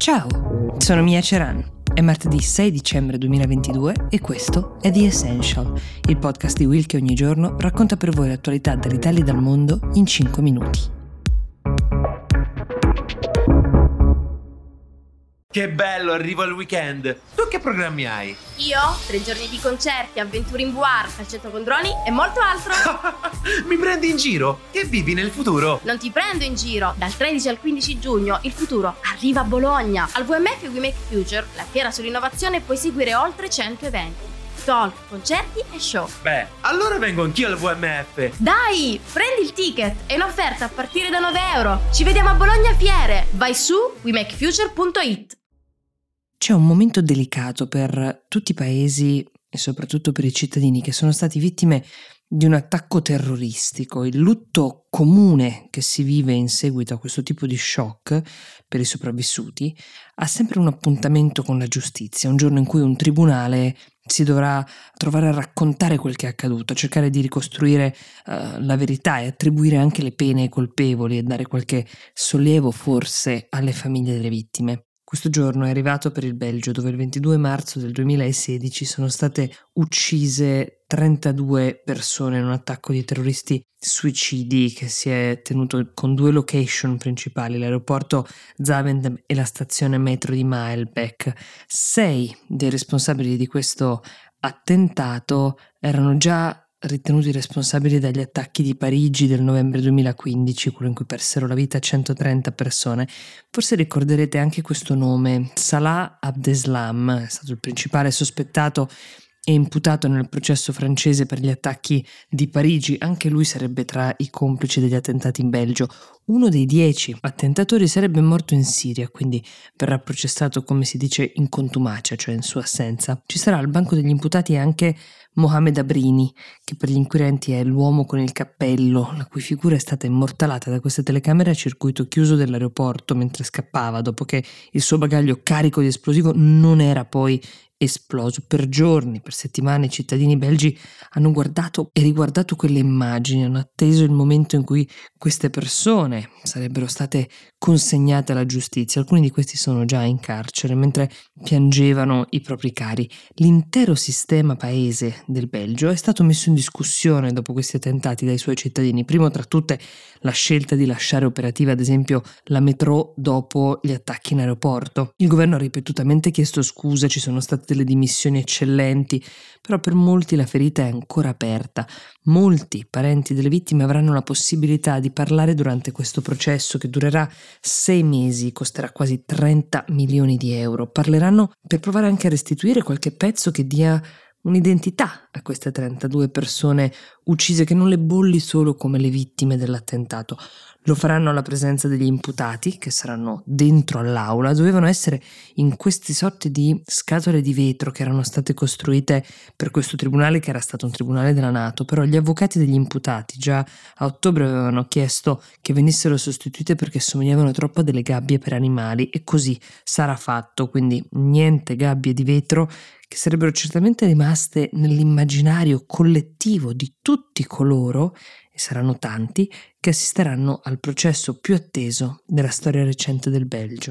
Ciao, sono Mia Ceran. È martedì 6 dicembre 2022 e questo è The Essential, il podcast di Will che ogni giorno racconta per voi l'attualità dall'Italia e dal mondo in 5 minuti. Che bello, arrivo al weekend. Tu che programmi hai? Io? 3 giorni di concerti, avventure in VR, calcetto con droni e molto altro. Mi prendi in giro? Che vivi nel futuro? Non ti prendo in giro. Dal 13 al 15 giugno il futuro arriva a Bologna. Al WMF We Make Future, la fiera sull'innovazione, puoi seguire oltre 100 eventi. Talk, concerti e show. Beh, allora vengo anch'io al WMF. Dai, prendi il ticket. È un'offerta a partire da 9 euro. Ci vediamo a Bologna Fiere. Vai su wemakefuture.it. C'è un momento delicato per tutti i paesi e soprattutto per i cittadini che sono stati vittime di un attacco terroristico. Il lutto comune che si vive in seguito a questo tipo di shock per i sopravvissuti ha sempre un appuntamento con la giustizia, un giorno in cui un tribunale si dovrà trovare a raccontare quel che è accaduto, a cercare di ricostruire la verità e attribuire anche le pene ai colpevoli e dare qualche sollievo forse alle famiglie delle vittime. Questo giorno è arrivato per il Belgio, dove il 22 marzo del 2016 sono state uccise 32 persone in un attacco di terroristi suicidi che si è tenuto con 2 location principali, l'aeroporto Zaventem e la stazione metro di Maelbeek. 6 dei responsabili di questo attentato erano già ritenuti responsabili dagli attacchi di Parigi del novembre 2015, quello in cui persero la vita 130 persone. Forse ricorderete anche questo nome, Salah Abdeslam, è stato il principale sospettato e imputato nel processo francese per gli attacchi di Parigi. Anche lui sarebbe tra i complici degli attentati in Belgio. Uno dei 10 attentatori sarebbe morto in Siria, quindi verrà processato, come si dice, in contumacia, cioè in sua assenza. Ci sarà al banco degli imputati anche Mohamed Abrini, che per gli inquirenti è l'uomo con il cappello, la cui figura è stata immortalata da queste telecamere a circuito chiuso dell'aeroporto mentre scappava, dopo che il suo bagaglio carico di esplosivo non era poi esploso. Per giorni, per settimane, i cittadini belgi hanno guardato e riguardato quelle immagini, hanno atteso il momento in cui queste persone sarebbero state consegnate alla giustizia. Alcuni di questi sono già in carcere mentre piangevano i propri cari. L'intero sistema paese del Belgio è stato messo in discussione dopo questi attentati dai suoi cittadini. Primo tra tutte la scelta di lasciare operativa ad esempio la metro dopo gli attacchi in aeroporto. Il governo ha ripetutamente chiesto scusa, ci sono state delle dimissioni eccellenti, però per molti la ferita è ancora aperta. Molti parenti delle vittime avranno la possibilità di parlare durante questo processo che durerà 6 mesi, costerà quasi 30 milioni di euro. Parleranno per provare anche a restituire qualche pezzo che dia un'identità a queste 32 persone uccise, che non le bolli solo come le vittime dell'attentato. Lo faranno alla presenza degli imputati che saranno dentro all'aula. Dovevano essere in queste sorte di scatole di vetro che erano state costruite per questo tribunale, che era stato un tribunale della NATO, però gli avvocati degli imputati già a ottobre avevano chiesto che venissero sostituite perché somigliavano troppo a delle gabbie per animali, e così sarà fatto. Quindi niente gabbie di vetro, che sarebbero certamente rimaste nell'immaginario collettivo di tutti coloro, e saranno tanti, che assisteranno al processo più atteso della storia recente del Belgio.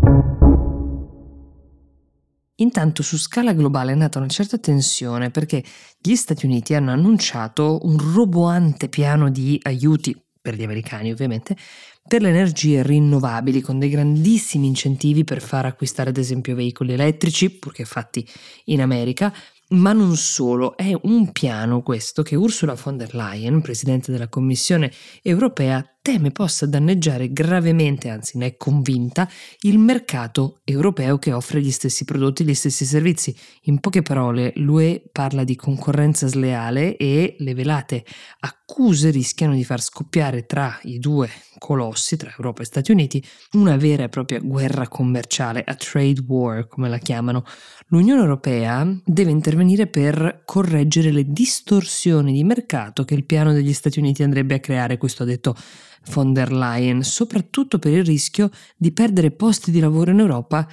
Intanto su scala globale è nata una certa tensione perché gli Stati Uniti hanno annunciato un roboante piano di aiuti, per gli americani ovviamente, per le energie rinnovabili, con dei grandissimi incentivi per far acquistare ad esempio veicoli elettrici, purché fatti in America. Ma non solo, è un piano questo che Ursula von der Leyen, presidente della Commissione europea, teme possa danneggiare gravemente, anzi ne è convinta, il mercato europeo che offre gli stessi prodotti, gli stessi servizi. In poche parole, l'UE parla di concorrenza sleale e le velate accuse rischiano di far scoppiare tra i due colossi, tra Europa e Stati Uniti, una vera e propria guerra commerciale, a trade war come la chiamano. L'Unione Europea deve intervenire per correggere le distorsioni di mercato che il piano degli Stati Uniti andrebbe a creare, questo ha detto von der Leyen, soprattutto per il rischio di perdere posti di lavoro in Europa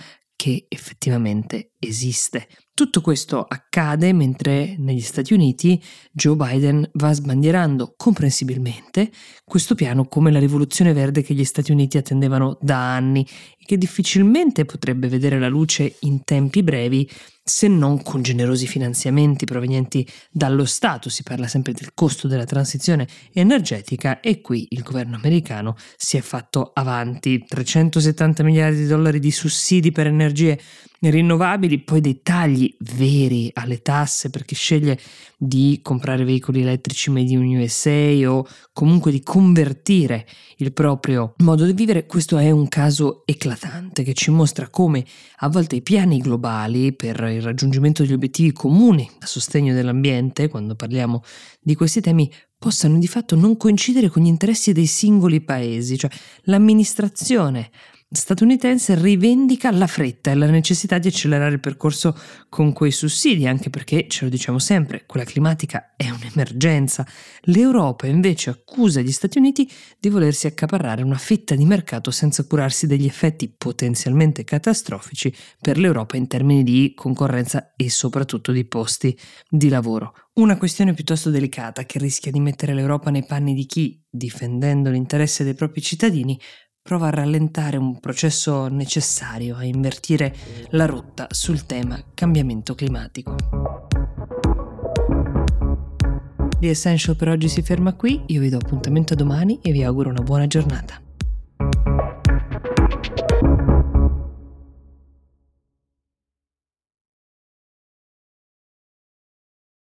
che effettivamente esiste. Tutto questo accade mentre negli Stati Uniti Joe Biden va sbandierando comprensibilmente questo piano come la rivoluzione verde che gli Stati Uniti attendevano da anni e che difficilmente potrebbe vedere la luce in tempi brevi se non con generosi finanziamenti provenienti dallo Stato. Si parla sempre del costo della transizione energetica e qui il governo americano si è fatto avanti. 370 miliardi di dollari di sussidi per energie rinnovabili, poi dei tagli veri alle tasse per chi sceglie di comprare veicoli elettrici made in USA o comunque di convertire il proprio modo di vivere. Questo è un caso eclatante che ci mostra come a volte i piani globali per il raggiungimento degli obiettivi comuni a sostegno dell'ambiente, quando parliamo di questi temi, possano di fatto non coincidere con gli interessi dei singoli paesi. Cioè l'amministrazione statunitense rivendica la fretta e la necessità di accelerare il percorso con quei sussidi, anche perché, ce lo diciamo sempre, quella climatica è un'emergenza. L'Europa invece accusa gli Stati Uniti di volersi accaparrare una fetta di mercato senza curarsi degli effetti potenzialmente catastrofici per l'Europa in termini di concorrenza e soprattutto di posti di lavoro. Una questione piuttosto delicata che rischia di mettere l'Europa nei panni di chi, difendendo l'interesse dei propri cittadini, prova a rallentare un processo necessario a invertire la rotta sul tema cambiamento climatico. The Essential per oggi si ferma qui, io vi do appuntamento a domani e vi auguro una buona giornata.